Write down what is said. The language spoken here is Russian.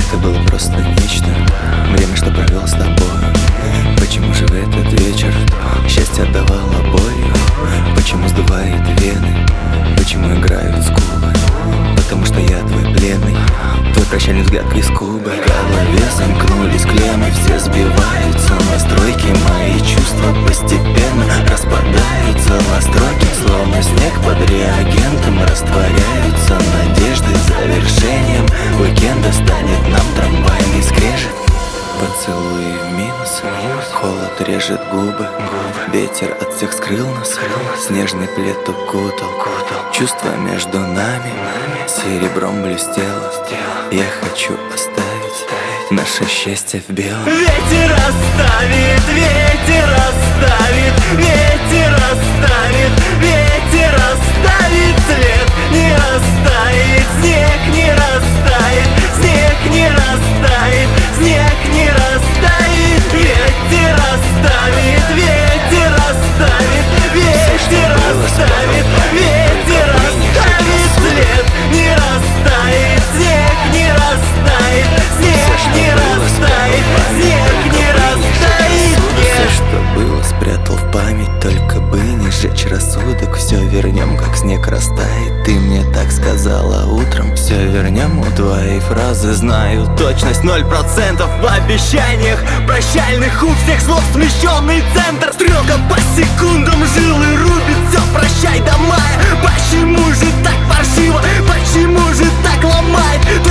Это было просто нечто, время, что провел с тобой. Почему же в этот вечер счастье отдавало болью? Почему сдувает вены? Почему играют скулы? Потому что я твой пленный, твой прощальный взгляд из кубы. В голове замкнулись клеммы, все сбиваются настройки. Мои чувства постепенно распадаются на строки, словно снег под реагентом растворяются надежды. Завершением уикенда станет нам трамвайный скрежет. Поцелуи в минус, холод режет губы. Ветер от всех скрыл нас, снежный плед укутал. Чувство между нами серебром блестело. Я хочу оставить наше счастье в белом. Ветер оставит, ветер оставит, ветер оставит, ветер оставит след. Не растает, снег не растает, снег не растает, снег не растает. Ветер оставит, ветер оставит, ветер оставит, ветер оставит след. Не растает, снег не растает, снег не растает, снег не растает. Все, что было, спрятал в память, только бы не сжечь рассудок. Все вернем, как снег растает. Ты мне так сказала утром. Все вернем, у твоей фразы знаю точность 0% В обещаниях прощальных у всех слов смещенный центр. Стрелка по секундам жилы рубит, все, прощай до мая. Почему же так паршиво, почему же так ломает?